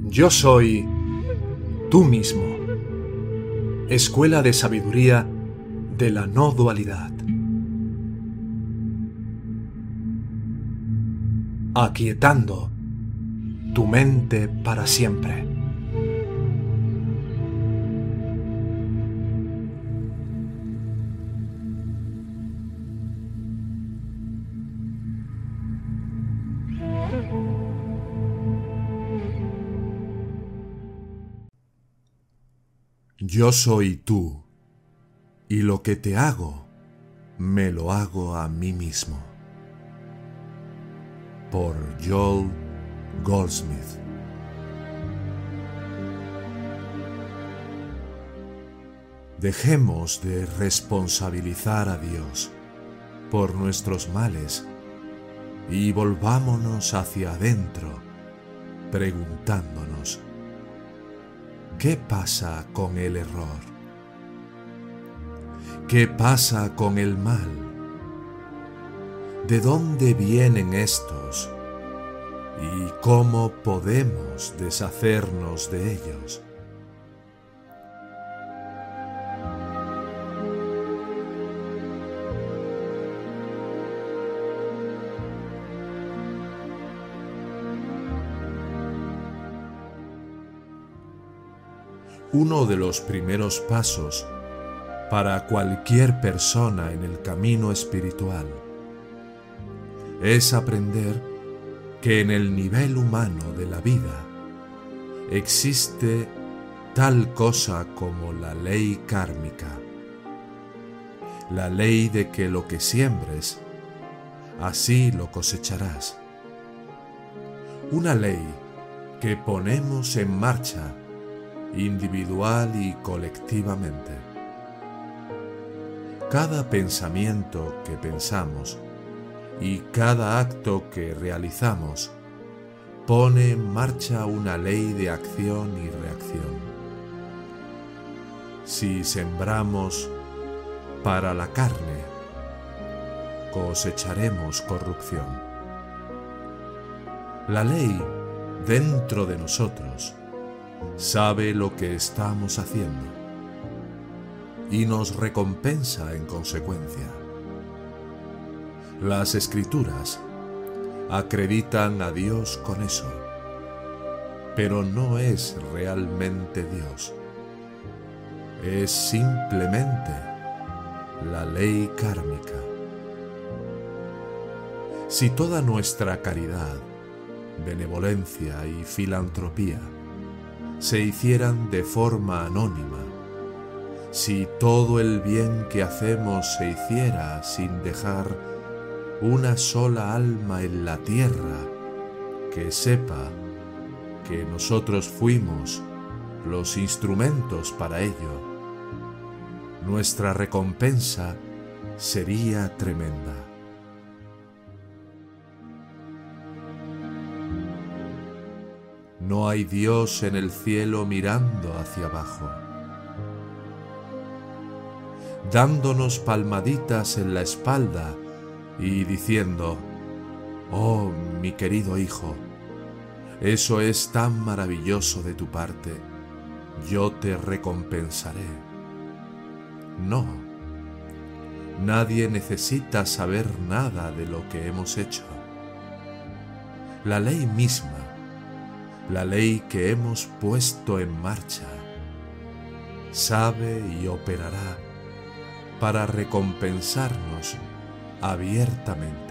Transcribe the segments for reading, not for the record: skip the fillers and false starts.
Yo soy tú mismo, escuela de sabiduría de la no dualidad. Aquietando tu mente para siempre. Yo soy tú, y lo que te hago, me lo hago a mí mismo. Por Joel Goldsmith. Dejemos de responsabilizar a Dios por nuestros males y volvámonos hacia adentro preguntándonos: ¿qué pasa con el error? ¿Qué pasa con el mal? ¿De dónde vienen estos? ¿Y cómo podemos deshacernos de ellos? Uno de los primeros pasos para cualquier persona en el camino espiritual es aprender que en el nivel humano de la vida existe tal cosa como la ley kármica, la ley de que lo que siembres, así lo cosecharás. Una ley que ponemos en marcha individual y colectivamente. Cada pensamiento que pensamos y cada acto que realizamos pone en marcha una ley de acción y reacción. Si sembramos para la carne, cosecharemos corrupción. La ley dentro de nosotros sabe lo que estamos haciendo y nos recompensa en consecuencia. Las Escrituras acreditan a Dios con eso, pero no es realmente Dios. Es simplemente la ley kármica. Si toda nuestra caridad, benevolencia y filantropía se hicieran de forma anónima, si todo el bien que hacemos se hiciera sin dejar una sola alma en la tierra que sepa que nosotros fuimos los instrumentos para ello, nuestra recompensa sería tremenda. No hay Dios en el cielo mirando hacia abajo, dándonos palmaditas en la espalda y diciendo: «Oh, mi querido hijo, eso es tan maravilloso de tu parte, yo te recompensaré». No, nadie necesita saber nada de lo que hemos hecho. La ley misma, la ley que hemos puesto en marcha, sabe y operará para recompensarnos abiertamente.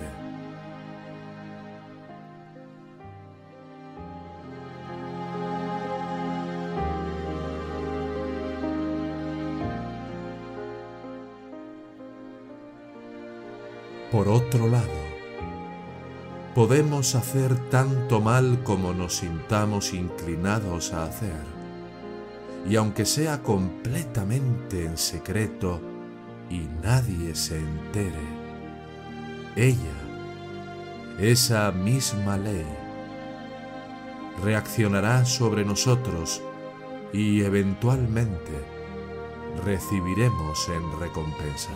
Por otro lado, podemos hacer tanto mal como nos sintamos inclinados a hacer, y aunque sea completamente en secreto y nadie se entere, ella, esa misma ley, reaccionará sobre nosotros y eventualmente recibiremos en recompensa.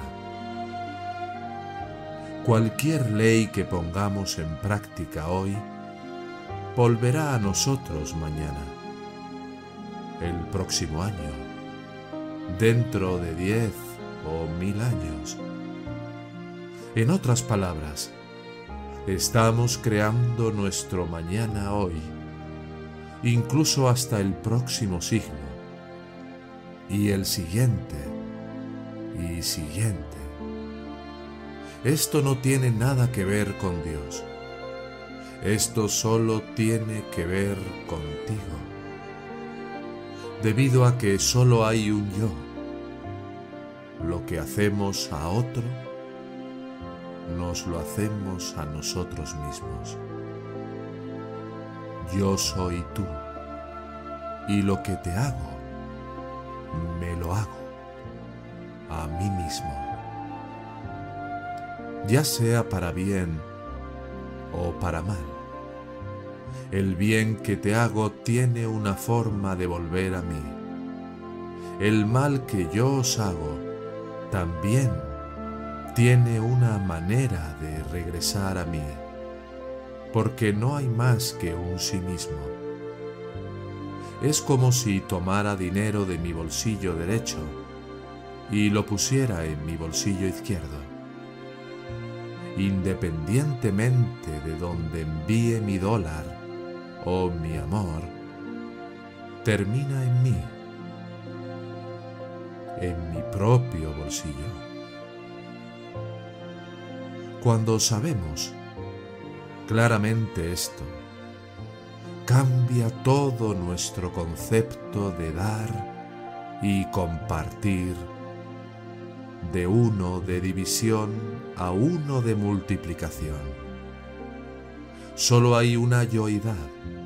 Cualquier ley que pongamos en práctica hoy volverá a nosotros mañana. el próximo año, dentro de 10 o 1000 años. En otras palabras, estamos creando nuestro mañana hoy, incluso hasta el próximo siglo, y el siguiente, y siguiente. Esto no tiene nada que ver con Dios. Esto solo tiene que ver contigo, debido a que solo hay un yo. Lo que hacemos a otro, nos lo hacemos a nosotros mismos. Yo soy tú, y lo que te hago, me lo hago a mí mismo. Ya sea para bien o para mal. El bien que te hago tiene una forma de volver a mí. El mal que yo os hago también tiene una manera de regresar a mí, porque no hay más que un sí mismo. Es como si tomara dinero de mi bolsillo derecho y lo pusiera en mi bolsillo izquierdo. Independientemente de donde envíe mi dólar o mi amor, termina en mí, en mi propio bolsillo. Cuando sabemos claramente esto, cambia todo nuestro concepto de dar y compartir, de uno de división a uno de multiplicación. Solo hay una yoidad,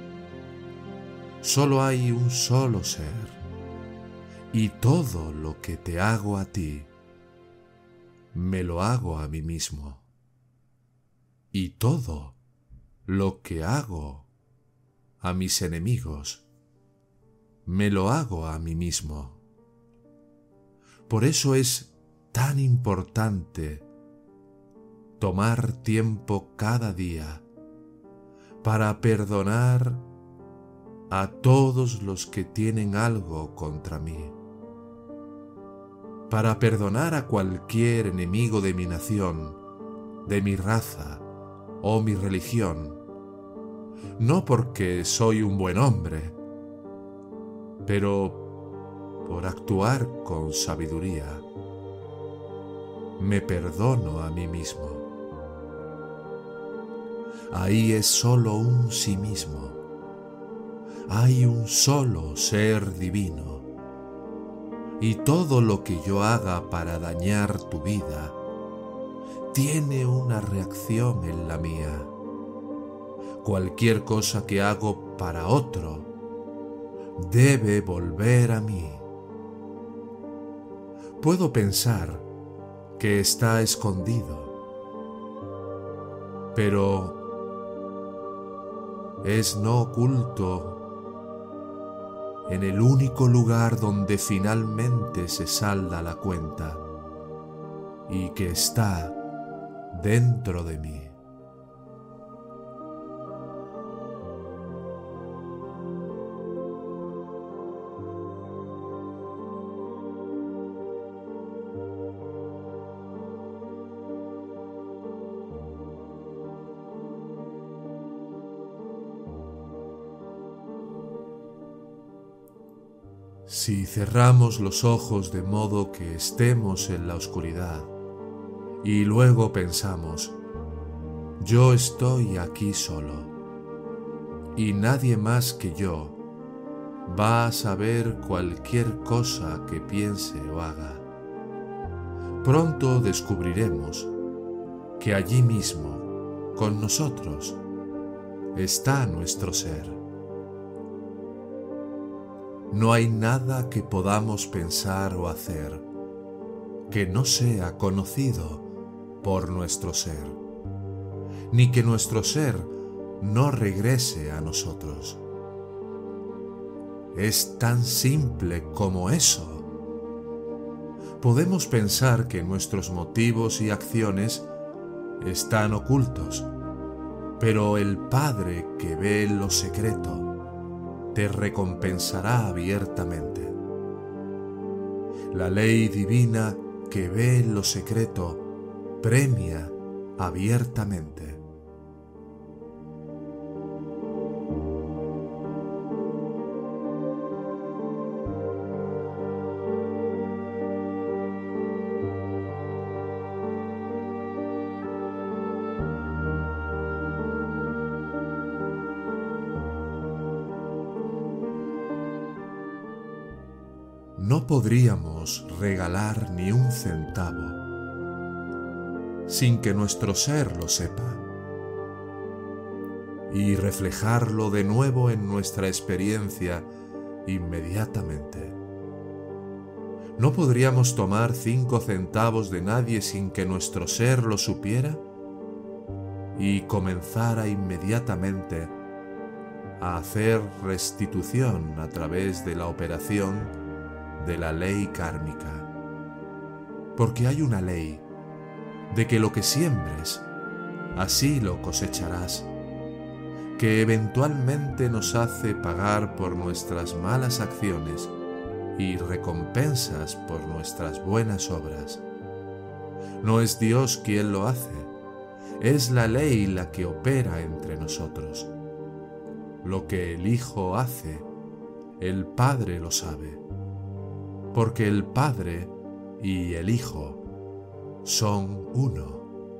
solo hay un solo ser, y todo lo que te hago a ti, me lo hago a mí mismo. Y todo lo que hago a mis enemigos, me lo hago a mí mismo. Por eso es tan importante tomar tiempo cada día para perdonar a todos los que tienen algo contra mí, para perdonar a cualquier enemigo de mi nación, de mi raza o mi religión, no porque soy un buen hombre, pero por actuar con sabiduría. Me perdono a mí mismo. Ahí es solo un sí mismo. Hay un solo ser divino. Y todo lo que yo haga para dañar tu vida tiene una reacción en la mía. Cualquier cosa que hago para otro debe volver a mí. Puedo pensar que está escondido, pero es no oculto en el único lugar donde finalmente se salda la cuenta y que está dentro de mí. Si cerramos los ojos de modo que estemos en la oscuridad y luego pensamos, yo estoy aquí solo y nadie más que yo va a saber cualquier cosa que piense o haga, pronto descubriremos que allí mismo, con nosotros, está nuestro ser. No hay nada que podamos pensar o hacer que no sea conocido por nuestro ser, ni que nuestro ser no regrese a nosotros. Es tan simple como eso. Podemos pensar que nuestros motivos y acciones están ocultos, pero el Padre que ve en lo secreto te recompensará abiertamente. La ley divina que ve en lo secreto premia abiertamente. No podríamos regalar ni un centavo sin que nuestro ser lo sepa y reflejarlo de nuevo en nuestra experiencia inmediatamente. ¿No podríamos tomar 5 centavos de nadie sin que nuestro ser lo supiera y comenzara inmediatamente a hacer restitución a través de la operación de la ley kármica? Porque hay una ley de que lo que siembres, así lo cosecharás, que eventualmente nos hace pagar por nuestras malas acciones y recompensas por nuestras buenas obras. No es Dios quien lo hace, es la ley la que opera entre nosotros. Lo que el Hijo hace, el Padre lo sabe, porque el Padre y el Hijo son uno.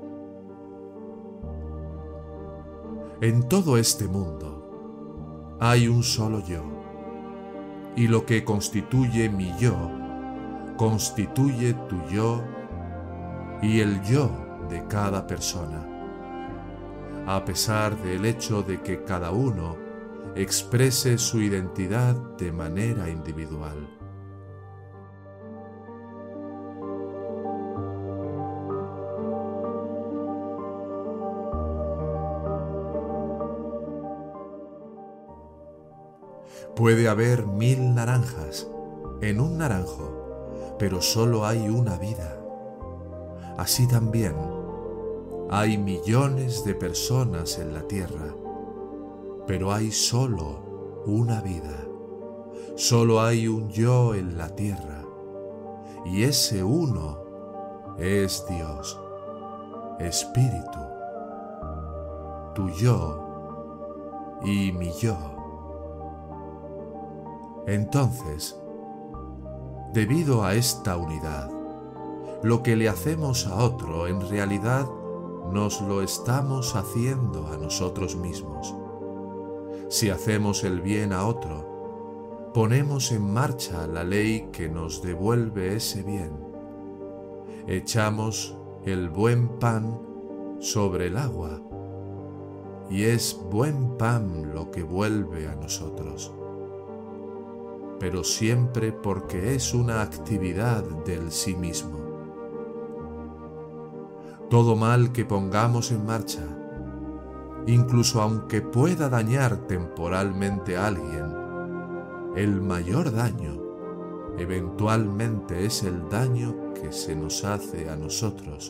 En todo este mundo hay un solo yo, y lo que constituye mi yo, constituye tu yo y el yo de cada persona, a pesar del hecho de que cada uno exprese su identidad de manera individual. Puede haber 1000 naranjas en un naranjo, pero solo hay una vida. Así también hay millones de personas en la tierra, pero hay solo una vida. Solo hay un yo en la tierra, y ese uno es Dios, Espíritu, tu yo y mi yo. Entonces, debido a esta unidad, lo que le hacemos a otro en realidad nos lo estamos haciendo a nosotros mismos. Si hacemos el bien a otro, ponemos en marcha la ley que nos devuelve ese bien. Echamos el buen pan sobre el agua, y es buen pan lo que vuelve a nosotros, pero siempre porque es una actividad del sí mismo. Todo mal que pongamos en marcha, incluso aunque pueda dañar temporalmente a alguien, el mayor daño eventualmente es el daño que se nos hace a nosotros.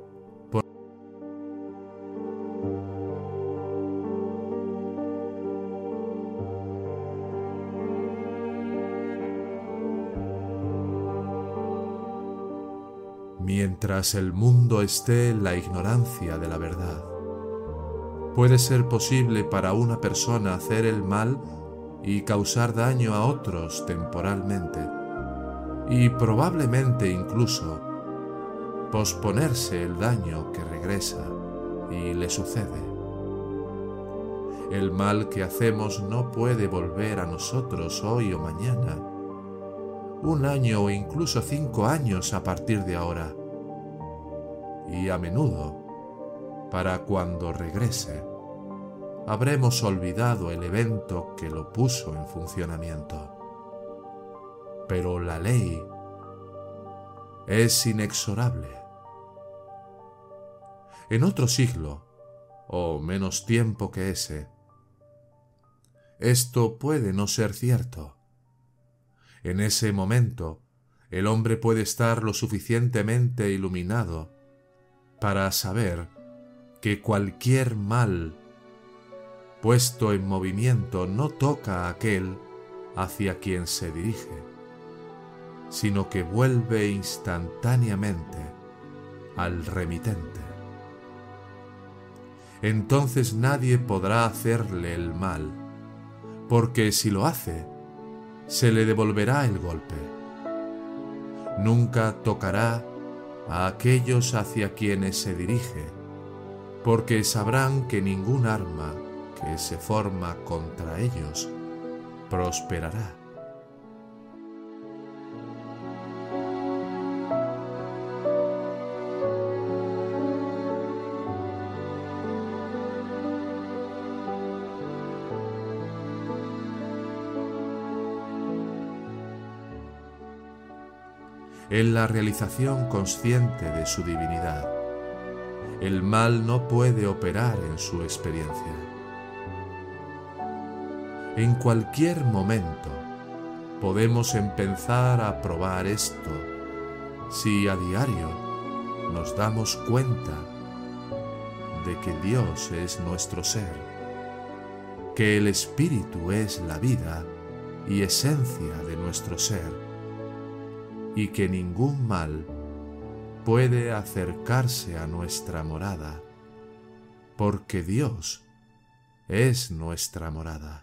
Mientras el mundo esté en la ignorancia de la verdad, puede ser posible para una persona hacer el mal y causar daño a otros temporalmente, y probablemente incluso posponerse el daño que regresa y le sucede. El mal que hacemos no puede volver a nosotros hoy o mañana, 1 año o incluso 5 años a partir de ahora. Y a menudo, para cuando regrese, habremos olvidado el evento que lo puso en funcionamiento. Pero la ley es inexorable. En otro siglo, o menos tiempo que ese, esto puede no ser cierto. En ese momento, el hombre puede estar lo suficientemente iluminado para saber que cualquier mal puesto en movimiento, no toca a aquel hacia quien se dirige, sino que vuelve instantáneamente al remitente. Entonces nadie podrá hacerle el mal, porque si lo hace, se le devolverá el golpe. Nunca tocará a aquellos hacia quienes se dirige, porque sabrán que ningún arma que se forma contra ellos prosperará. En la realización consciente de su divinidad, el mal no puede operar en su experiencia. En cualquier momento podemos empezar a probar esto si a diario nos damos cuenta de que Dios es nuestro ser, que el Espíritu es la vida y esencia de nuestro ser, y que ningún mal puede acercarse a nuestra morada, porque Dios es nuestra morada.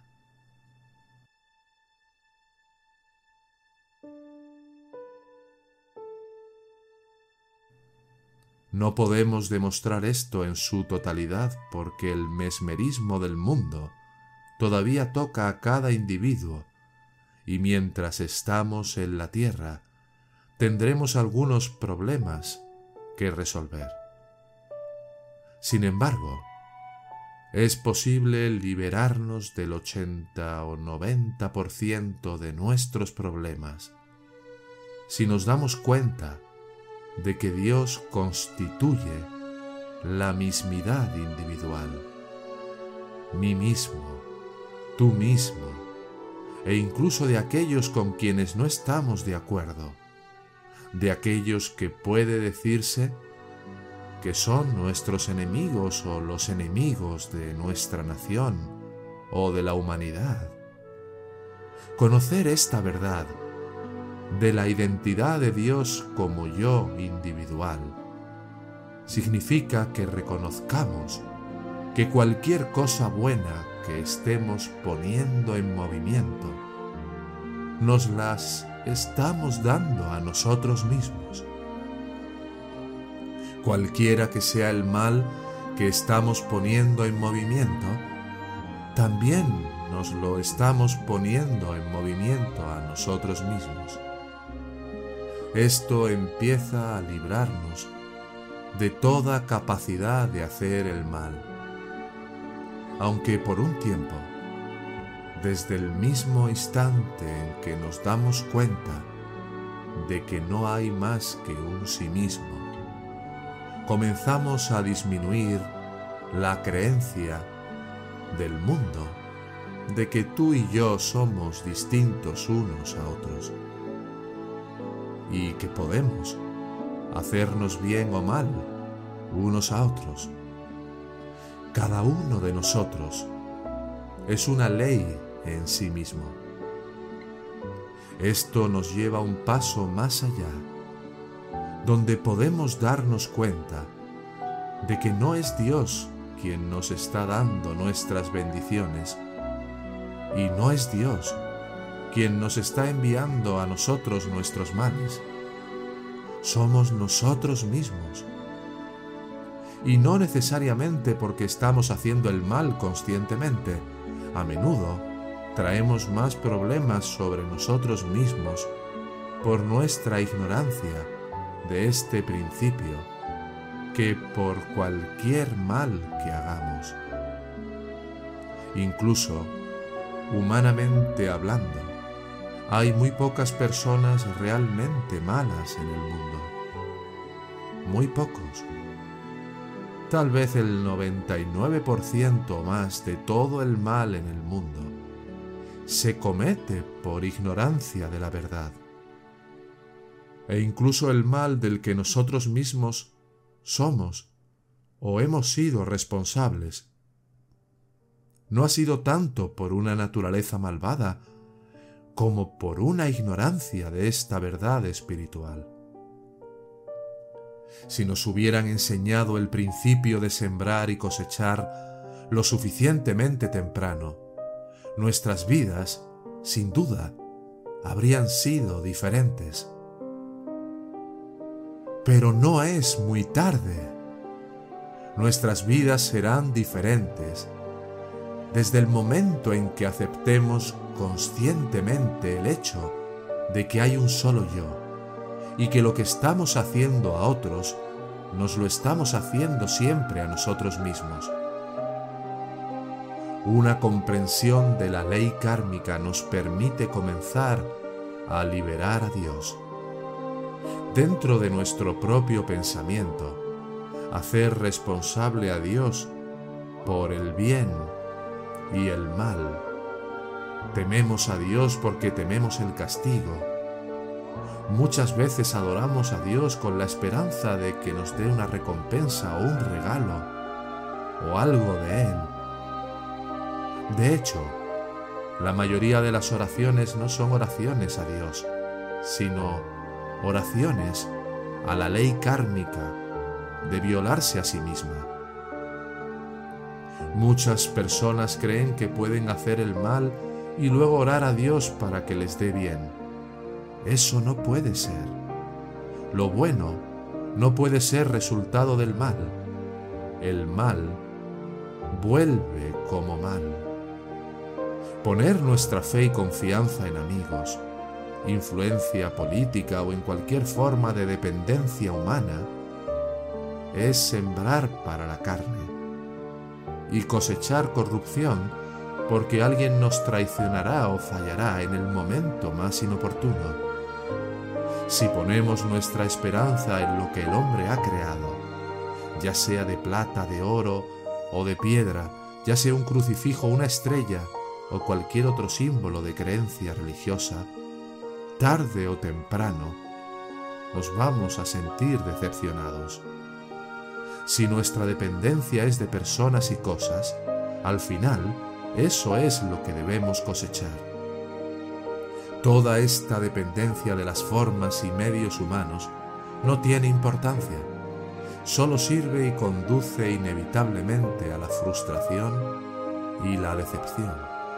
No podemos demostrar esto en su totalidad porque el mesmerismo del mundo todavía toca a cada individuo, y mientras estamos en la tierra tendremos algunos problemas que resolver. Sin embargo, es posible liberarnos del 80 o 90% de nuestros problemas si nos damos cuenta de que Dios constituye la mismidad individual, mí mismo, tú mismo, e incluso de aquellos con quienes no estamos de acuerdo, de aquellos que puede decirse que son nuestros enemigos o los enemigos de nuestra nación o de la humanidad. Conocer esta verdad de la identidad de Dios como yo individual significa que reconozcamos que cualquier cosa buena que estemos poniendo en movimiento nos las estamos dando a nosotros mismos. Cualquiera que sea el mal que estamos poniendo en movimiento, también nos lo estamos poniendo en movimiento a nosotros mismos. Esto empieza a librarnos de toda capacidad de hacer el mal, aunque por un tiempo, desde el mismo instante en que nos damos cuenta de que no hay más que un sí mismo, comenzamos a disminuir la creencia del mundo de que tú y yo somos distintos unos a otros y que podemos hacernos bien o mal unos a otros. Cada uno de nosotros es una ley en sí mismo. Esto nos lleva un paso más allá, donde podemos darnos cuenta de que no es Dios quien nos está dando nuestras bendiciones y no es Dios quien nos está enviando a nosotros nuestros males. Somos nosotros mismos. Y no necesariamente porque estamos haciendo el mal conscientemente. A menudo traemos más problemas sobre nosotros mismos por nuestra ignorancia de este principio que por cualquier mal que hagamos. Incluso, humanamente hablando, hay muy pocas personas realmente malas en el mundo. Muy pocos. Tal vez el 99% o más de todo el mal en el mundo se comete por ignorancia de la verdad. E incluso el mal del que nosotros mismos somos o hemos sido responsables no ha sido tanto por una naturaleza malvada como por una ignorancia de esta verdad espiritual. Si nos hubieran enseñado el principio de sembrar y cosechar lo suficientemente temprano, nuestras vidas, sin duda, habrían sido diferentes. Pero no es muy tarde. Nuestras vidas serán diferentes desde el momento en que aceptemos conscientemente el hecho de que hay un solo yo y que lo que estamos haciendo a otros nos lo estamos haciendo siempre a nosotros mismos. Una comprensión de la ley kármica nos permite comenzar a liberar a Dios. Dentro de nuestro propio pensamiento, hacer responsable a Dios por el bien y el mal. Tememos a Dios porque tememos el castigo. Muchas veces adoramos a Dios con la esperanza de que nos dé una recompensa o un regalo o algo de Él. De hecho, la mayoría de las oraciones no son oraciones a Dios, sino oraciones a la ley kármica de violarse a sí misma. Muchas personas creen que pueden hacer el mal y luego orar a Dios para que les dé bien. Eso no puede ser. Lo bueno no puede ser resultado del mal. El mal vuelve como mal. Poner nuestra fe y confianza en amigos, influencia política o en cualquier forma de dependencia humana es sembrar para la carne y cosechar corrupción porque alguien nos traicionará o fallará en el momento más inoportuno. Si ponemos nuestra esperanza en lo que el hombre ha creado, ya sea de plata, de oro o de piedra, ya sea un crucifijo, una estrella o cualquier otro símbolo de creencia religiosa, tarde o temprano nos vamos a sentir decepcionados. Si nuestra dependencia es de personas y cosas, al final eso es lo que debemos cosechar. Toda esta dependencia de las formas y medios humanos no tiene importancia, solo sirve y conduce inevitablemente a la frustración y la decepción.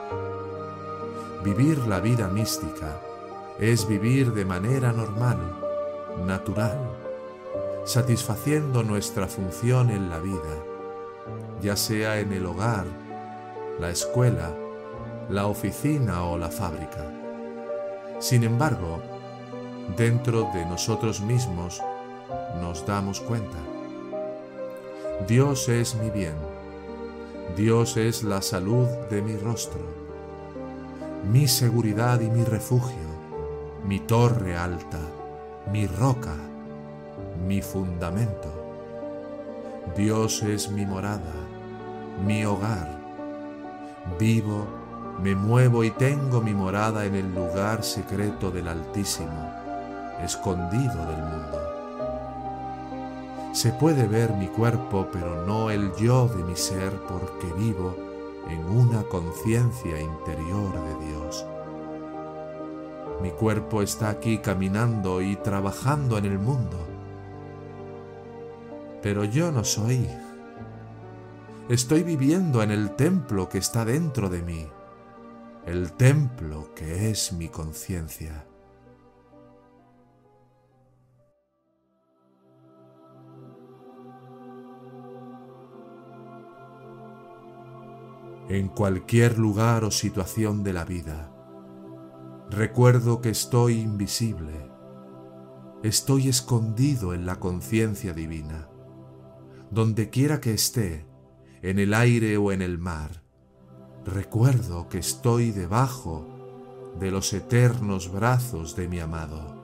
Vivir la vida mística es vivir de manera normal, natural, satisfaciendo nuestra función en la vida, ya sea en el hogar, la escuela, la oficina o la fábrica. Sin embargo, dentro de nosotros mismos nos damos cuenta. Dios es mi bien, Dios es la salud de mi rostro, mi seguridad y mi refugio, mi torre alta, mi roca, mi fundamento. Dios es mi morada, mi hogar. Vivo, me muevo y tengo mi morada en el lugar secreto del Altísimo, escondido del mundo. Se puede ver mi cuerpo, pero no el yo de mi ser, porque vivo en una conciencia interior de Dios. Mi cuerpo está aquí caminando y trabajando en el mundo, pero yo no soy. Estoy viviendo en el templo que está dentro de mí, el templo que es mi conciencia. En cualquier lugar o situación de la vida, recuerdo que estoy invisible, estoy escondido en la conciencia divina. Donde quiera que esté, en el aire o en el mar, recuerdo que estoy debajo de los eternos brazos de mi amado.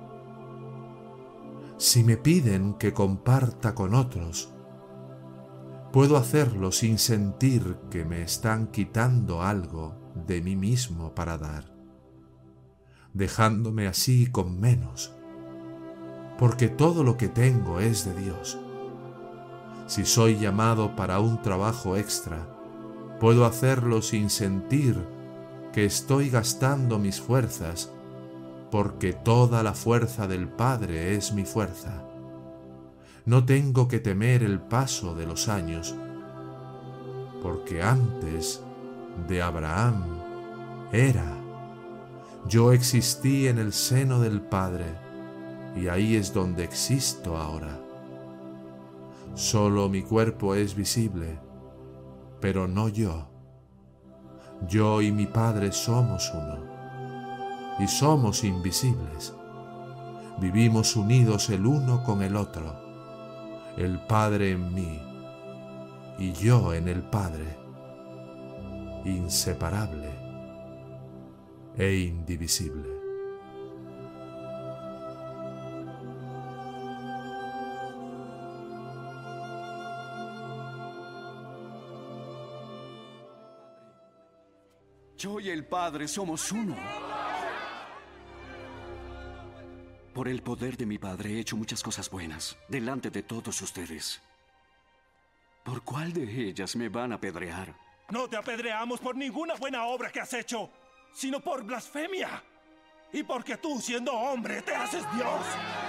Si me piden que comparta con otros, puedo hacerlo sin sentir que me están quitando algo de mí mismo para dar, dejándome así con menos, porque todo lo que tengo es de Dios. Si soy llamado para un trabajo extra, Puedo hacerlo sin sentir que estoy gastando mis fuerzas, porque toda la fuerza del Padre es mi fuerza. No tengo que temer el paso de los años, porque antes de Abraham yo existí en el seno del Padre, y ahí es donde existo ahora. Solo mi cuerpo es visible, pero no yo. Yo y mi Padre somos uno, y somos invisibles. Vivimos unidos el uno con el otro, el Padre en mí y yo en el Padre, inseparable e indivisible. Yo y el Padre somos uno. Por el poder de mi Padre he hecho muchas cosas buenas delante de todos ustedes. ¿Por cuál de ellas me van a apedrear? No te apedreamos por ninguna buena obra que has hecho, sino por blasfemia. Y porque tú, siendo hombre, te haces Dios.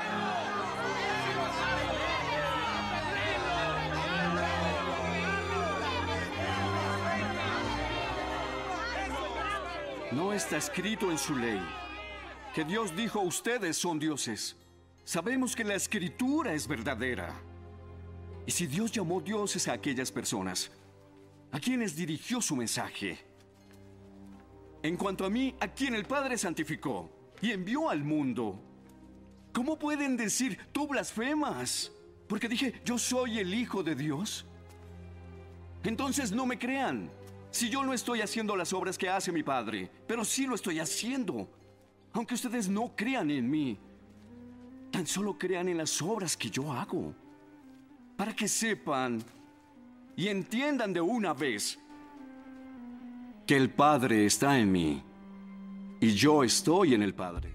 No está escrito en su ley que Dios dijo: ustedes son dioses. Sabemos que la escritura es verdadera. Y si Dios llamó dioses a aquellas personas, ¿a quienes dirigió su mensaje? En cuanto a mí, a quien el Padre santificó y envió al mundo, ¿cómo pueden decir tú blasfemas? Porque dije, yo soy el Hijo de Dios. Entonces no me crean. Si yo no estoy haciendo las obras que hace mi Padre, pero sí lo estoy haciendo. Aunque ustedes no crean en mí, tan solo crean en las obras que yo hago, para que sepan y entiendan de una vez que el Padre está en mí y yo estoy en el Padre.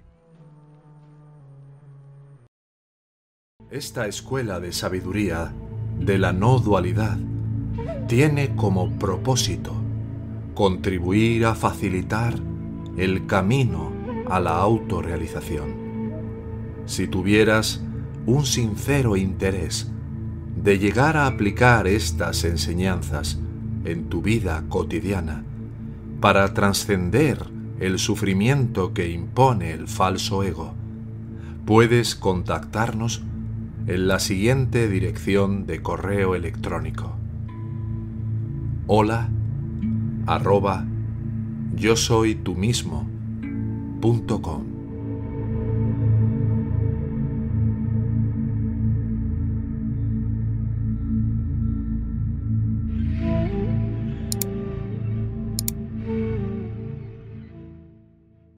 Esta escuela de sabiduría de la no dualidad tiene como propósito contribuir a facilitar el camino a la autorrealización. Si tuvieras un sincero interés de llegar a aplicar estas enseñanzas en tu vida cotidiana para trascender el sufrimiento que impone el falso ego, puedes contactarnos en la siguiente dirección de correo electrónico: hola@yosoytumismo.com.